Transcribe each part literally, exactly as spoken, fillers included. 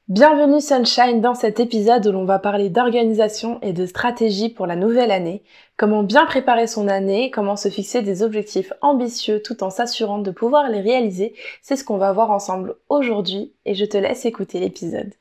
Bienvenue Sunshine dans cet épisode où l'on va parler d'organisation et de stratégie pour la nouvelle année, comment bien préparer son année, comment se fixer des objectifs ambitieux tout en s'assurant de pouvoir les réaliser, c'est ce qu'on va voir ensemble aujourd'hui et je te laisse écouter l'épisode.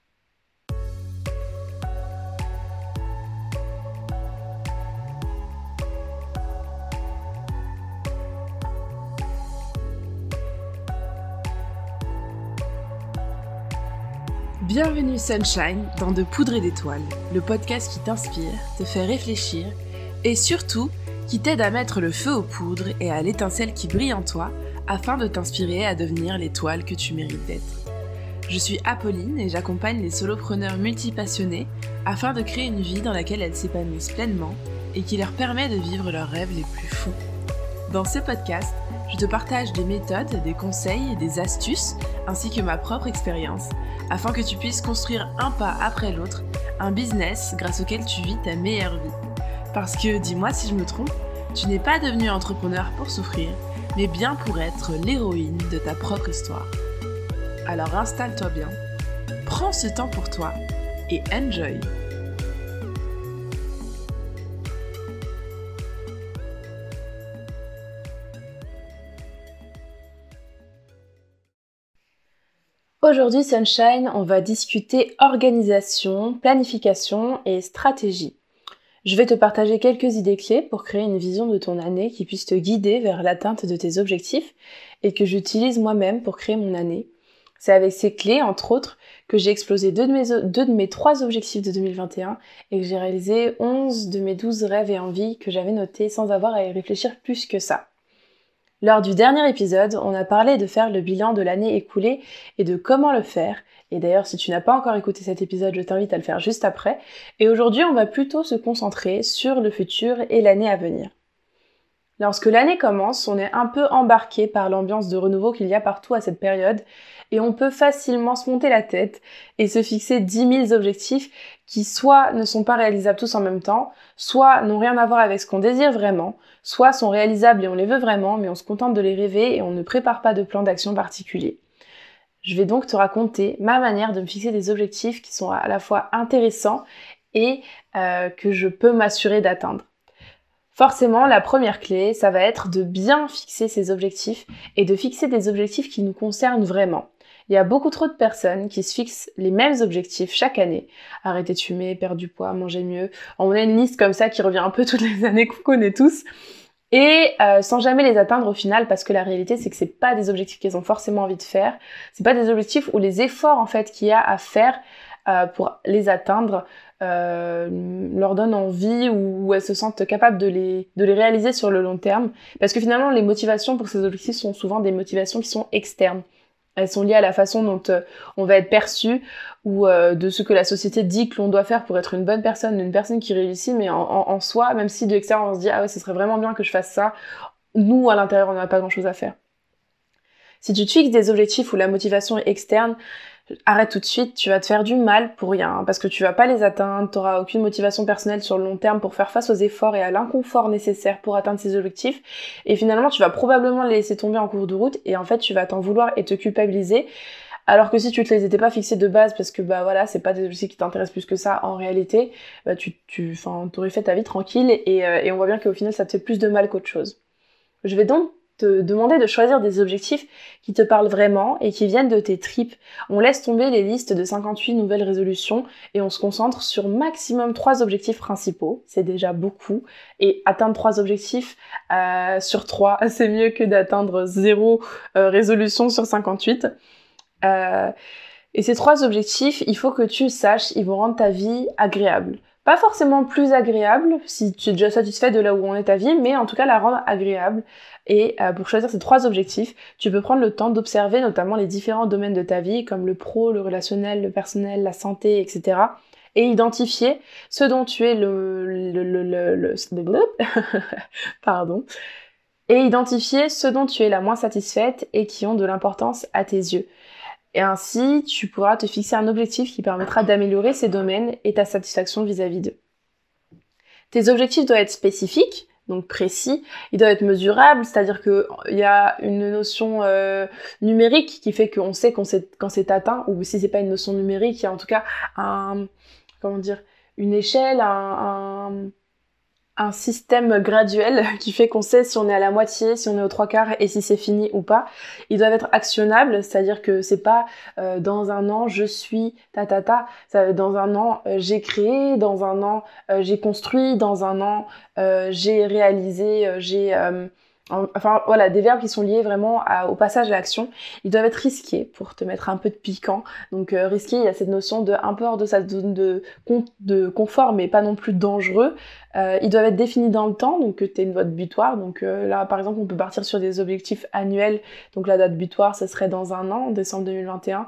Bienvenue Sunshine dans De Poudre et d'Étoiles, le podcast qui t'inspire, te fait réfléchir et surtout qui t'aide à mettre le feu aux poudres et à l'étincelle qui brille en toi afin de t'inspirer à devenir l'étoile que tu mérites d'être. Je suis Apolline et j'accompagne les solopreneurs multipassionnés afin de créer une vie dans laquelle elles s'épanouissent pleinement et qui leur permet de vivre leurs rêves les plus fous. Dans ce podcast, je te partage des méthodes, des conseils et des astuces ainsi que ma propre expérience afin que tu puisses construire un pas après l'autre, un business grâce auquel tu vis ta meilleure vie. Parce que, dis-moi si je me trompe, tu n'es pas devenu entrepreneur pour souffrir, mais bien pour être l'héroïne de ta propre histoire. Alors installe-toi bien, prends ce temps pour toi et enjoy! Aujourd'hui Sunshine, on va discuter organisation, planification et stratégie. Je vais te partager quelques idées clés pour créer une vision de ton année qui puisse te guider vers l'atteinte de tes objectifs et que j'utilise moi-même pour créer mon année. C'est avec ces clés, entre autres, que j'ai explosé deux de mes, deux de mes trois objectifs de deux mille vingt et un et que j'ai réalisé onze de mes douze rêves et envies que j'avais notés sans avoir à y réfléchir plus que ça. Lors du dernier épisode, on a parlé de faire le bilan de l'année écoulée et de comment le faire. Et d'ailleurs, si tu n'as pas encore écouté cet épisode, je t'invite à le faire juste après. Et aujourd'hui, on va plutôt se concentrer sur le futur et l'année à venir. Lorsque l'année commence, on est un peu embarqué par l'ambiance de renouveau qu'il y a partout à cette période et on peut facilement se monter la tête et se fixer dix mille objectifs qui soit ne sont pas réalisables tous en même temps, soit n'ont rien à voir avec ce qu'on désire vraiment, soit sont réalisables et on les veut vraiment, mais on se contente de les rêver et on ne prépare pas de plan d'action particulier. Je vais donc te raconter ma manière de me fixer des objectifs qui sont à la fois intéressants et euh, que je peux m'assurer d'atteindre. Forcément, la première clé, ça va être de bien fixer ses objectifs et de fixer des objectifs qui nous concernent vraiment. Il y a beaucoup trop de personnes qui se fixent les mêmes objectifs chaque année. Arrêter de fumer, perdre du poids, manger mieux. On a une liste comme ça qui revient un peu toutes les années qu'on connaît tous. Et euh, sans jamais les atteindre au final, parce que la réalité c'est que c'est pas des objectifs qu'elles ont forcément envie de faire. C'est pas des objectifs où les efforts en fait qu'il y a à faire euh, pour les atteindre euh, leur donnent envie ou, ou elles se sentent capables de les, de les réaliser sur le long terme. Parce que finalement les motivations pour ces objectifs sont souvent des motivations qui sont externes. Elles sont liées à la façon dont euh, on va être perçu ou euh, de ce que la société dit que l'on doit faire pour être une bonne personne, une personne qui réussit, mais en, en, en soi, même si de l'extérieur on se dit « Ah ouais, ce serait vraiment bien que je fasse ça », nous, à l'intérieur, on n'a pas grand-chose à faire. Si tu te fixes des objectifs où la motivation est externe, arrête tout de suite, tu vas te faire du mal pour rien, hein, parce que tu vas pas les atteindre, tu n'auras aucune motivation personnelle sur le long terme pour faire face aux efforts et à l'inconfort nécessaire pour atteindre ces objectifs, et finalement tu vas probablement les laisser tomber en cours de route, et en fait tu vas t'en vouloir et te culpabiliser, alors que si tu te les étais pas fixés de base, parce que bah voilà, c'est pas des objectifs qui t'intéressent plus que ça en réalité, bah tu, tu, enfin, t'aurais fait ta vie tranquille, et, euh, et on voit bien qu'au final ça te fait plus de mal qu'autre chose. Je vais donc te demander de choisir des objectifs qui te parlent vraiment et qui viennent de tes tripes. On laisse tomber les listes de cinquante-huit nouvelles résolutions et on se concentre sur maximum trois objectifs principaux. C'est déjà beaucoup. Et atteindre trois objectifs euh, sur trois, c'est mieux que d'atteindre zéro euh, résolution sur cinquante-huit. Euh, et ces trois objectifs, il faut que tu saches, ils vont rendre ta vie agréable. Pas forcément plus agréable, si tu es déjà satisfait de là où on est ta vie, mais en tout cas la rendre agréable. Et euh, pour choisir ces trois objectifs, tu peux prendre le temps d'observer notamment les différents domaines de ta vie, comme le pro, le relationnel, le personnel, la santé, et cetera. Et identifier ce dont tu es le... le, le, le, le, le pardon. Et identifier ce dont tu es la moins satisfaite et qui ont de l'importance à tes yeux. Et ainsi, tu pourras te fixer un objectif qui permettra d'améliorer ces domaines et ta satisfaction vis-à-vis d'eux. Tes objectifs doivent être spécifiques, donc précis. Ils doivent être mesurables, c'est-à-dire que il y a une notion euh, numérique qui fait qu'on sait quand c'est, quand c'est atteint, ou si c'est pas une notion numérique, il y a en tout cas un, comment dire, une échelle, un, un un système graduel qui fait qu'on sait si on est à la moitié, si on est aux trois quarts et si c'est fini ou pas. Ils doivent être actionnables, c'est-à-dire que c'est pas euh, dans un an je suis ta ta ta, ça, dans un an euh, j'ai créé, dans un an euh, j'ai construit, dans un an euh, j'ai réalisé, euh, j'ai euh, enfin voilà, des verbes qui sont liés vraiment à, au passage à l'action. Ils doivent être risqués pour te mettre un peu de piquant. Donc euh, risqué, il y a cette notion de un peu hors de sa zone de, de confort, mais pas non plus dangereux. Euh, ils doivent être définis dans le temps, donc que tu aies une date butoir. Donc euh, là, par exemple, on peut partir sur des objectifs annuels. Donc la date butoir, ça serait dans un an, en décembre deux mille vingt et un.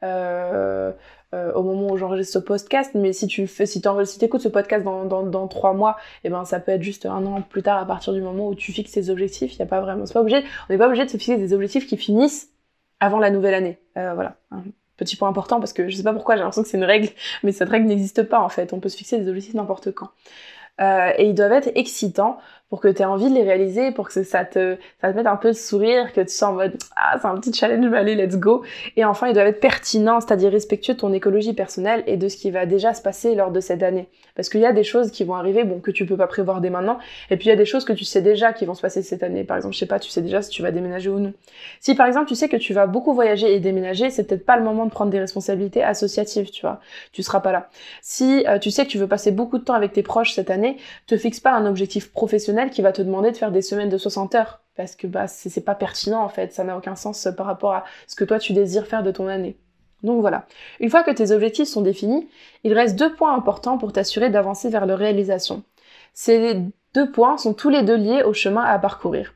Euh, euh, au moment où j'enregistre ce podcast, mais si tu fais, si tu si écoutes ce podcast dans, dans, dans trois mois, et eh ben ça peut être juste un an plus tard à partir du moment où tu fixes tes objectifs. Il y a pas vraiment, c'est pas obligé, on n'est pas obligé de se fixer des objectifs qui finissent avant la nouvelle année. Euh, voilà, un petit point important parce que je sais pas pourquoi j'ai l'impression que c'est une règle, mais cette règle n'existe pas en fait. On peut se fixer des objectifs n'importe quand. Euh, et ils doivent être excitants pour que tu aies envie de les réaliser, pour que ça te, ça te mette un peu de sourire, que tu sois en mode « Ah, c'est un petit challenge, mais allez, let's go !» Et enfin, ils doivent être pertinents, c'est-à-dire respectueux de ton écologie personnelle et de ce qui va déjà se passer lors de cette année. Parce qu'il y a des choses qui vont arriver, bon, que tu peux pas prévoir dès maintenant, et puis il y a des choses que tu sais déjà qui vont se passer cette année. Par exemple, je sais pas, tu sais déjà si tu vas déménager ou non. Si par exemple, tu sais que tu vas beaucoup voyager et déménager, c'est peut-être pas le moment de prendre des responsabilités associatives, tu vois. Tu seras pas là. Si euh, tu sais que tu veux passer beaucoup de temps avec tes proches cette année, te fixe pas un objectif professionnel qui va te demander de faire des semaines de soixante heures. Parce que bah c'est, c'est pas pertinent en fait, ça n'a aucun sens par rapport à ce que toi tu désires faire de ton année. Donc voilà. Une fois que tes objectifs sont définis, il reste deux points importants pour t'assurer d'avancer vers leur réalisation. Ces deux points sont tous les deux liés au chemin à parcourir.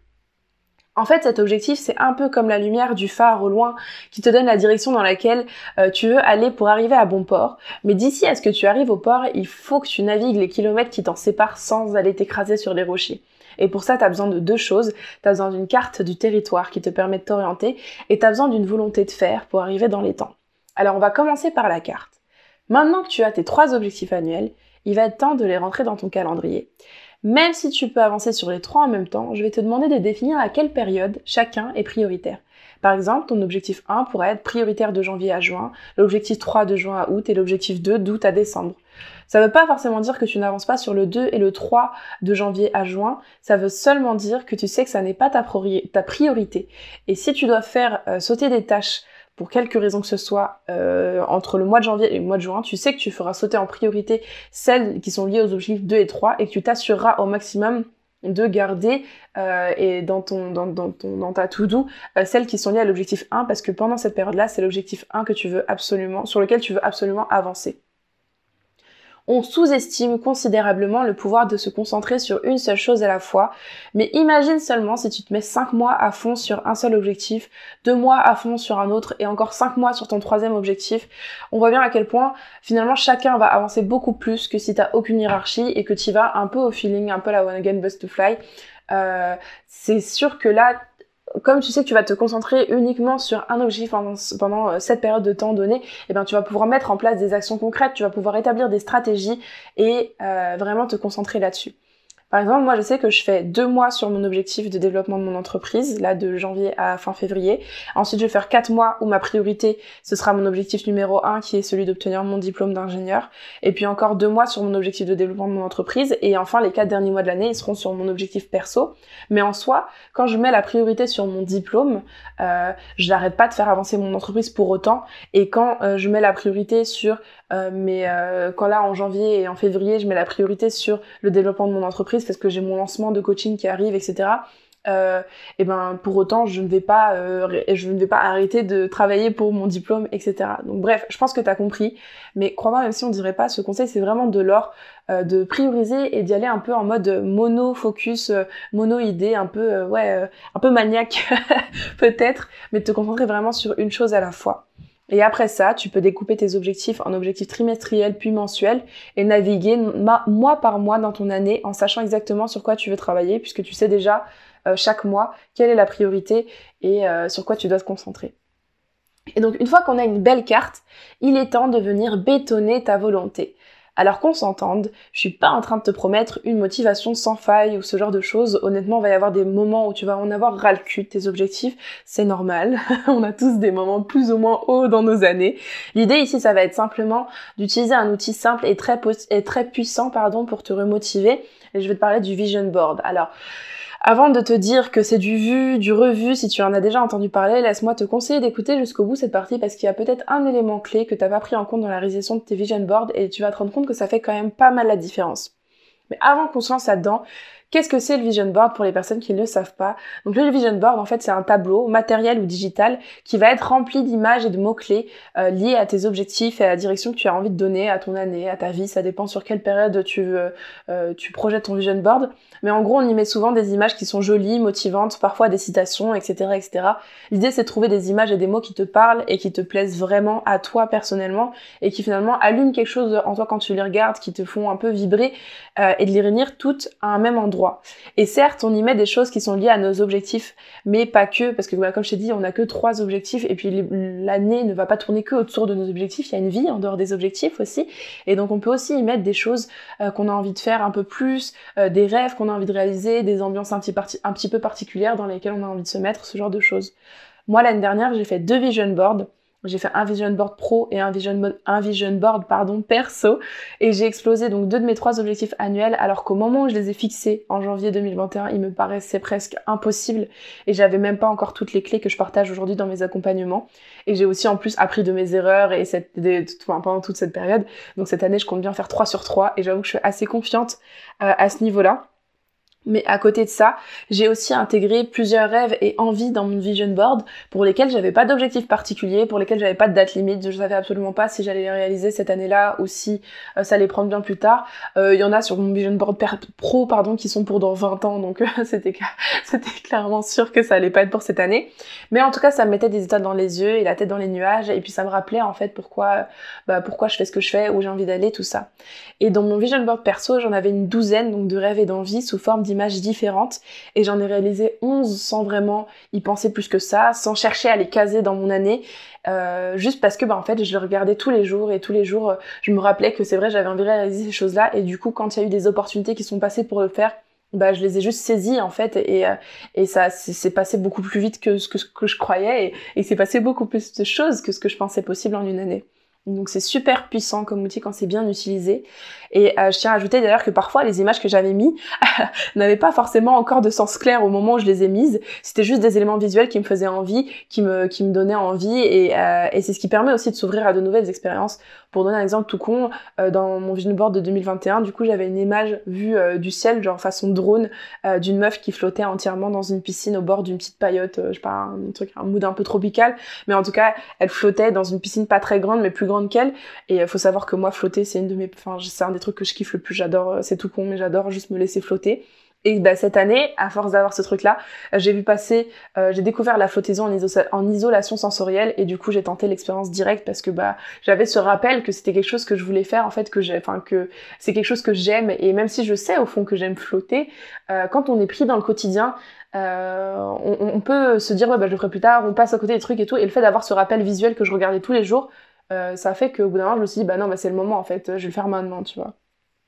En fait, cet objectif, c'est un peu comme la lumière du phare au loin qui te donne la direction dans laquelle euh, tu veux aller pour arriver à bon port. Mais d'ici à ce que tu arrives au port, il faut que tu navigues les kilomètres qui t'en séparent sans aller t'écraser sur les rochers. Et pour ça, tu as besoin de deux choses. Tu as besoin d'une carte du territoire qui te permet de t'orienter et tu as besoin d'une volonté de faire pour arriver dans les temps. Alors, on va commencer par la carte. Maintenant que tu as tes trois objectifs annuels, il va être temps de les rentrer dans ton calendrier. Même si tu peux avancer sur les trois en même temps, je vais te demander de définir à quelle période chacun est prioritaire. Par exemple, ton objectif un pourrait être prioritaire de janvier à juin, l'objectif trois de juin à août et l'objectif deux d'août à décembre. Ça ne veut pas forcément dire que tu n'avances pas sur le deux et le trois de janvier à juin, ça veut seulement dire que tu sais que ça n'est pas ta, priori- ta priorité. Et si tu dois faire euh, sauter des tâches pour quelque raison que ce soit, euh, entre le mois de janvier et le mois de juin, tu sais que tu feras sauter en priorité celles qui sont liées aux objectifs deux et trois et que tu t'assureras au maximum de garder euh, et dans ton dans, dans, ton, dans ta to-do euh, celles qui sont liées à l'objectif un parce que pendant cette période-là, c'est l'objectif un que tu veux absolument, sur lequel tu veux absolument avancer. On sous-estime considérablement le pouvoir de se concentrer sur une seule chose à la fois, mais imagine seulement si tu te mets cinq mois à fond sur un seul objectif, deux mois à fond sur un autre et encore cinq mois sur ton troisième objectif. On voit bien à quel point finalement chacun va avancer beaucoup plus que si t'as aucune hiérarchie et que tu vas un peu au feeling, un peu la one again bust to fly. Euh, c'est sûr que là, comme tu sais que tu vas te concentrer uniquement sur un objectif pendant, pendant cette période de temps donnée, eh ben, tu vas pouvoir mettre en place des actions concrètes, tu vas pouvoir établir des stratégies et euh, vraiment te concentrer là-dessus. Par exemple, moi je sais que je fais deux mois sur mon objectif de développement de mon entreprise, là de janvier à fin février. Ensuite je vais faire quatre mois où ma priorité ce sera mon objectif numéro un qui est celui d'obtenir mon diplôme d'ingénieur. Et puis encore deux mois sur mon objectif de développement de mon entreprise. Et enfin les quatre derniers mois de l'année ils seront sur mon objectif perso. Mais en soi, quand je mets la priorité sur mon diplôme, euh, je n'arrête pas de faire avancer mon entreprise pour autant. Et quand euh, je mets la priorité sur Euh, mais euh, quand là en janvier et en février je mets la priorité sur le développement de mon entreprise parce que j'ai mon lancement de coaching qui arrive, etc. Euh, et ben pour autant je ne vais pas euh, je ne vais pas arrêter de travailler pour mon diplôme, etc. Donc bref, je pense que t'as compris, mais crois-moi, même si on dirait pas, ce conseil c'est vraiment de l'or, euh, de prioriser et d'y aller un peu en mode mono focus, euh, mono idée, un peu euh, ouais euh, un peu maniaque peut-être, mais de te concentrer vraiment sur une chose à la fois. Et après ça, tu peux découper tes objectifs en objectifs trimestriels puis mensuels et naviguer ma- mois par mois dans ton année en sachant exactement sur quoi tu veux travailler puisque tu sais déjà euh, chaque mois quelle est la priorité et euh, sur quoi tu dois te concentrer. Et donc une fois qu'on a une belle carte, il est temps de venir bétonner ta volonté. Alors qu'on s'entende, je suis pas en train de te promettre une motivation sans faille ou ce genre de choses. Honnêtement, il va y avoir des moments où tu vas en avoir ras le cul de tes objectifs, c'est normal. On a tous des moments plus ou moins hauts dans nos années. L'idée ici, ça va être simplement d'utiliser un outil simple et très, et très puissant pardon, pour te remotiver. Et je vais te parler du vision board. Alors, avant de te dire que c'est du vu, du revu, si tu en as déjà entendu parler, laisse-moi te conseiller d'écouter jusqu'au bout cette partie parce qu'il y a peut-être un élément clé que tu n'as pas pris en compte dans la réalisation de tes vision boards et tu vas te rendre compte que ça fait quand même pas mal la différence. Mais avant qu'on se lance là-dedans, qu'est-ce que c'est le vision board pour les personnes qui ne le savent pas? Donc le vision board, en fait, c'est un tableau matériel ou digital qui va être rempli d'images et de mots-clés euh, liés à tes objectifs et à la direction que tu as envie de donner à ton année, à ta vie. Ça dépend sur quelle période tu, euh, euh, tu projettes ton vision board. Mais en gros, on y met souvent des images qui sont jolies, motivantes, parfois des citations, et cetera, et cetera. L'idée, c'est de trouver des images et des mots qui te parlent et qui te plaisent vraiment à toi personnellement et qui finalement allument quelque chose en toi quand tu les regardes, qui te font un peu vibrer euh, et de les réunir toutes à un même endroit. Et certes, on y met des choses qui sont liées à nos objectifs, mais pas que, parce que bah, comme je t'ai dit, on n'a que trois objectifs, et puis l'année ne va pas tourner que autour de nos objectifs, il y a une vie en dehors des objectifs aussi, et donc on peut aussi y mettre des choses euh, qu'on a envie de faire un peu plus, euh, des rêves qu'on a envie de réaliser, des ambiances un petit, parti- un petit peu particulières dans lesquelles on a envie de se mettre, ce genre de choses. Moi, l'année dernière, j'ai fait deux vision boards. J'ai fait un vision board pro et un vision, un vision board pardon, perso et j'ai explosé donc deux de mes trois objectifs annuels alors qu'au moment où je les ai fixés en janvier deux mille vingt et un, il me paraissait presque impossible et j'avais même pas encore toutes les clés que je partage aujourd'hui dans mes accompagnements et j'ai aussi en plus appris de mes erreurs et cette, des, enfin, pendant toute cette période. Donc cette année, je compte bien faire trois sur trois et j'avoue que je suis assez confiante euh, à ce niveau-là. Mais à côté de ça, j'ai aussi intégré plusieurs rêves et envies dans mon vision board pour lesquels j'avais pas d'objectif particulier, pour lesquels j'avais pas de date limite. Je savais absolument pas si j'allais les réaliser cette année-là ou si euh, ça allait prendre bien plus tard. Il euh, y en a sur mon vision board pro pardon qui sont pour dans vingt ans, donc euh, c'était c'était clairement sûr que ça allait pas être pour cette année. Mais en tout cas, ça me mettait des étoiles dans les yeux et la tête dans les nuages et puis ça me rappelait en fait pourquoi bah pourquoi je fais ce que je fais, où j'ai envie d'aller, tout ça. Et dans mon vision board perso, j'en avais une douzaine donc de rêves et d'envies sous forme d'images différentes et j'en ai réalisé onze sans vraiment y penser plus que ça, sans chercher à les caser dans mon année, euh, juste parce que bah en fait je les regardais tous les jours et tous les jours euh, je me rappelais que c'est vrai j'avais envie de réaliser ces choses-là et du coup quand il y a eu des opportunités qui sont passées pour le faire, bah je les ai juste saisies en fait et, euh, et ça c'est passé beaucoup plus vite que ce que, que je croyais et, et c'est passé beaucoup plus de choses que ce que je pensais possible en une année. Donc c'est super puissant comme outil quand c'est bien utilisé. Et euh, je tiens à ajouter d'ailleurs que parfois les images que j'avais mis n'avaient pas forcément encore de sens clair au moment où je les ai mises. C'était juste des éléments visuels qui me faisaient envie, qui me qui me donnaient envie et, euh, et c'est ce qui permet aussi de s'ouvrir à de nouvelles expériences. Pour donner un exemple tout con, euh, dans mon vision board de deux mille vingt et un, du coup j'avais une image vue euh, du ciel, genre façon drone, euh, d'une meuf qui flottait entièrement dans une piscine au bord d'une petite paillote, euh, je sais pas, un truc, un mood un peu tropical, mais en tout cas elle flottait dans une piscine pas très grande mais plus grande qu'elle. Et il faut savoir que moi flotter c'est une de mes, enfin c'est un des trucs que je kiffe le plus. J'adore, c'est tout con mais j'adore juste me laisser flotter. Et bah cette année, à force d'avoir ce truc-là, j'ai vu passer, euh, j'ai découvert la flottaison en, iso en isolation sensorielle et du coup j'ai tenté l'expérience directe parce que bah j'avais ce rappel que c'était quelque chose que je voulais faire en fait, que j'ai, enfin que c'est quelque chose que j'aime et même si je sais au fond que j'aime flotter, euh, quand on est pris dans le quotidien, euh, on, on peut se dire ouais bah je le ferai plus tard, on passe à côté des trucs et tout et le fait d'avoir ce rappel visuel que je regardais tous les jours, euh, ça fait qu'au bout d'un moment je me suis dit bah non bah c'est le moment en fait, je vais le faire maintenant tu vois.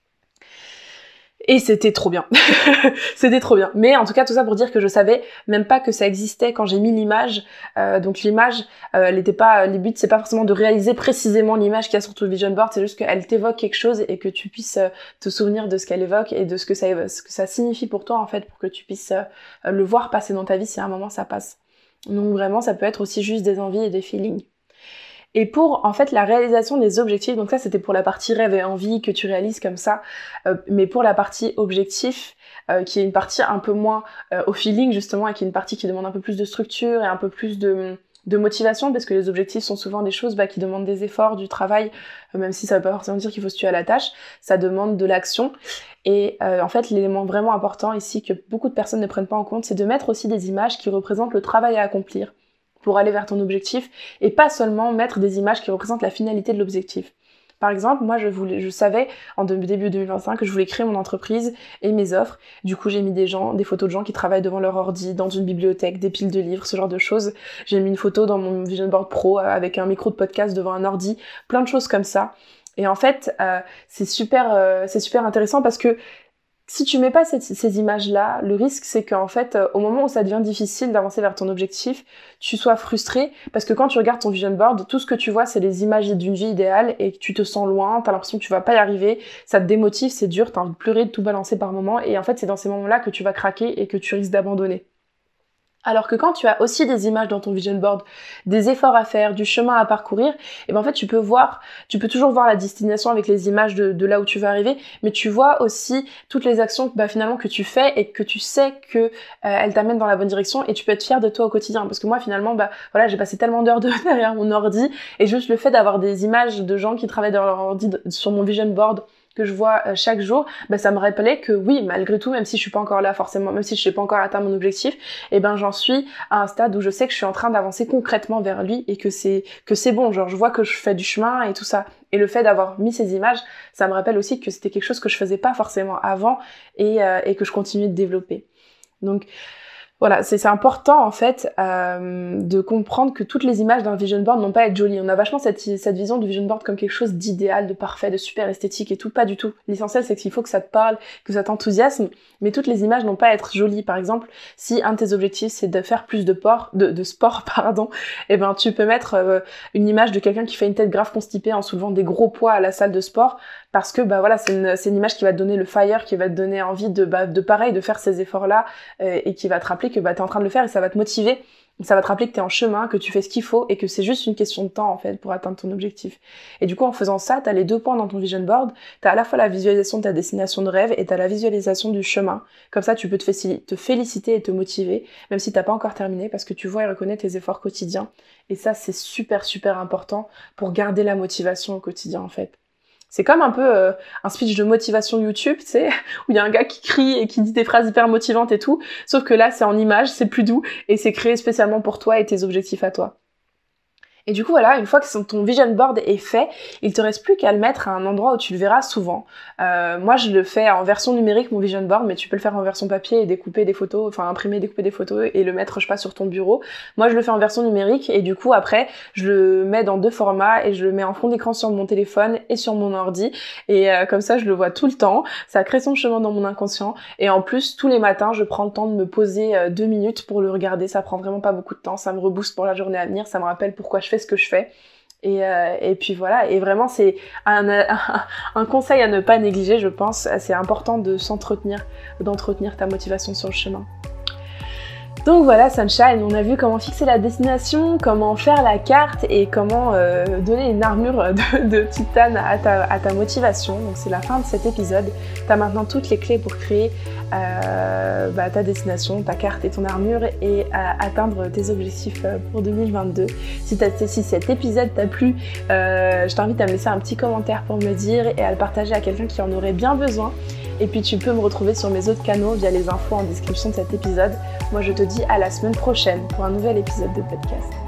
Et c'était trop bien. C'était trop bien. Mais en tout cas, tout ça pour dire que je savais même pas que ça existait quand j'ai mis l'image. Euh, donc l'image, euh, elle était pas... Le but, c'est pas forcément de réaliser précisément l'image qu'il y a sur ton vision board, c'est juste qu'elle t'évoque quelque chose et que tu puisses euh, te souvenir de ce qu'elle évoque et de ce que ça, ce que ça signifie pour toi, en fait, pour que tu puisses euh, le voir passer dans ta vie si à un moment ça passe. Donc vraiment, ça peut être aussi juste des envies et des feelings. Et pour, en fait, la réalisation des objectifs, donc ça, c'était pour la partie rêve et envie que tu réalises comme ça, euh, mais pour la partie objectif, euh, qui est une partie un peu moins euh, au feeling, justement, et qui est une partie qui demande un peu plus de structure et un peu plus de, de motivation, parce que les objectifs sont souvent des choses bah, qui demandent des efforts, du travail, euh, même si ça veut pas forcément dire qu'il faut se tuer à la tâche, ça demande de l'action. Et euh, en fait, l'élément vraiment important ici, que beaucoup de personnes ne prennent pas en compte, c'est de mettre aussi des images qui représentent le travail à accomplir pour aller vers ton objectif, et pas seulement mettre des images qui représentent la finalité de l'objectif. Par exemple, moi je voulais, je savais en début deux mille vingt-cinq que je voulais créer mon entreprise et mes offres. Du coup, j'ai mis des gens, des photos de gens qui travaillent devant leur ordi, dans une bibliothèque, des piles de livres, ce genre de choses. J'ai mis une photo dans mon vision board pro avec un micro de podcast devant un ordi, plein de choses comme ça. Et en fait, euh, c'est super, euh, c'est super intéressant parce que si tu mets pas cette, ces images-là, le risque c'est qu'en fait, euh, au moment où ça devient difficile d'avancer vers ton objectif, tu sois frustré parce que quand tu regardes ton vision board, tout ce que tu vois c'est les images d'une vie idéale et que tu te sens loin, t'as l'impression que tu vas pas y arriver, ça te démotive, c'est dur, t'as envie de pleurer, de tout balancer par moment et en fait c'est dans ces moments-là que tu vas craquer et que tu risques d'abandonner. Alors que quand tu as aussi des images dans ton vision board, des efforts à faire, du chemin à parcourir, et ben en fait tu peux voir, tu peux toujours voir la destination avec les images de, de là où tu vas arriver, mais tu vois aussi toutes les actions bah, finalement que tu fais et que tu sais que euh, elles t'amènent dans la bonne direction et tu peux être fier de toi au quotidien. Parce que moi finalement, bah voilà, j'ai passé tellement d'heures de, derrière mon ordi et juste le fait d'avoir des images de gens qui travaillent derrière leur ordi sur mon vision board que je vois euh, chaque jour, bah, ça me rappelait que oui, malgré tout, même si je suis pas encore là forcément, même si je n'ai pas encore atteint mon objectif, et ben j'en suis à un stade où je sais que je suis en train d'avancer concrètement vers lui et que c'est que c'est bon, genre je vois que je fais du chemin et tout ça. Et le fait d'avoir mis ces images, ça me rappelle aussi que c'était quelque chose que je faisais pas forcément avant et, euh, et que je continuais de développer. Donc voilà, c'est, c'est important en fait euh, de comprendre que toutes les images d'un vision board n'ont pas à être jolies. On a vachement cette, cette vision du vision board comme quelque chose d'idéal, de parfait, de super esthétique et tout, pas du tout. L'essentiel c'est qu'il faut que ça te parle, que ça t'enthousiasme, mais toutes les images n'ont pas à être jolies. Par exemple, si un de tes objectifs c'est de faire plus de, port, de, de sport, pardon, et ben tu peux mettre euh, une image de quelqu'un qui fait une tête grave constipée en soulevant des gros poids à la salle de sport, parce que bah voilà c'est une, c'est une image qui va te donner le fire, qui va te donner envie de bah, de pareil de faire ces efforts là euh, et qui va te rappeler que bah t'es en train de le faire et ça va te motiver, ça va te rappeler que t'es en chemin, que tu fais ce qu'il faut et que c'est juste une question de temps en fait pour atteindre ton objectif. Et du coup en faisant ça, t'as les deux points dans ton vision board, t'as à la fois la visualisation de ta destination de rêve et t'as la visualisation du chemin. Comme ça tu peux te, féliciter, te féliciter et te motiver, même si t'as pas encore terminé, parce que tu vois et reconnais tes efforts quotidiens. Et ça c'est super super important pour garder la motivation au quotidien en fait. C'est comme un peu euh, un speech de motivation YouTube, tu sais, où il y a un gars qui crie et qui dit des phrases hyper motivantes et tout, sauf que là c'est en image, c'est plus doux et c'est créé spécialement pour toi et tes objectifs à toi. Et du coup voilà, une fois que ton vision board est fait, il te reste plus qu'à le mettre à un endroit où tu le verras souvent. Euh, moi je le fais en version numérique mon vision board, mais tu peux le faire en version papier et découper des photos, enfin imprimer, découper des photos et le mettre je sais pas sur ton bureau. Moi je le fais en version numérique et du coup après je le mets dans deux formats et je le mets en fond d'écran sur mon téléphone et sur mon ordi et euh, comme ça je le vois tout le temps. Ça crée son chemin dans mon inconscient et en plus tous les matins je prends le temps de me poser euh, deux minutes pour le regarder. Ça prend vraiment pas beaucoup de temps, ça me rebooste pour la journée à venir, ça me rappelle pourquoi je fais ce que je fais et, euh, et puis voilà, et vraiment c'est un, un, un conseil à ne pas négliger je pense, c'est important de s'entretenir, d'entretenir ta motivation sur le chemin. Donc voilà Sunshine, on a vu comment fixer la destination, comment faire la carte et comment euh, donner une armure de, de titane à ta, à ta motivation. Donc c'est la fin de cet épisode. Tu as maintenant toutes les clés pour créer euh, bah, ta destination, ta carte et ton armure et à atteindre tes objectifs pour deux mille vingt-deux. Si, si cet épisode t'a plu, euh, je t'invite à me laisser un petit commentaire pour me le dire et à le partager à quelqu'un qui en aurait bien besoin. Et puis tu peux me retrouver sur mes autres canaux via les infos en description de cet épisode. Moi je te dis à la semaine prochaine pour un nouvel épisode de podcast.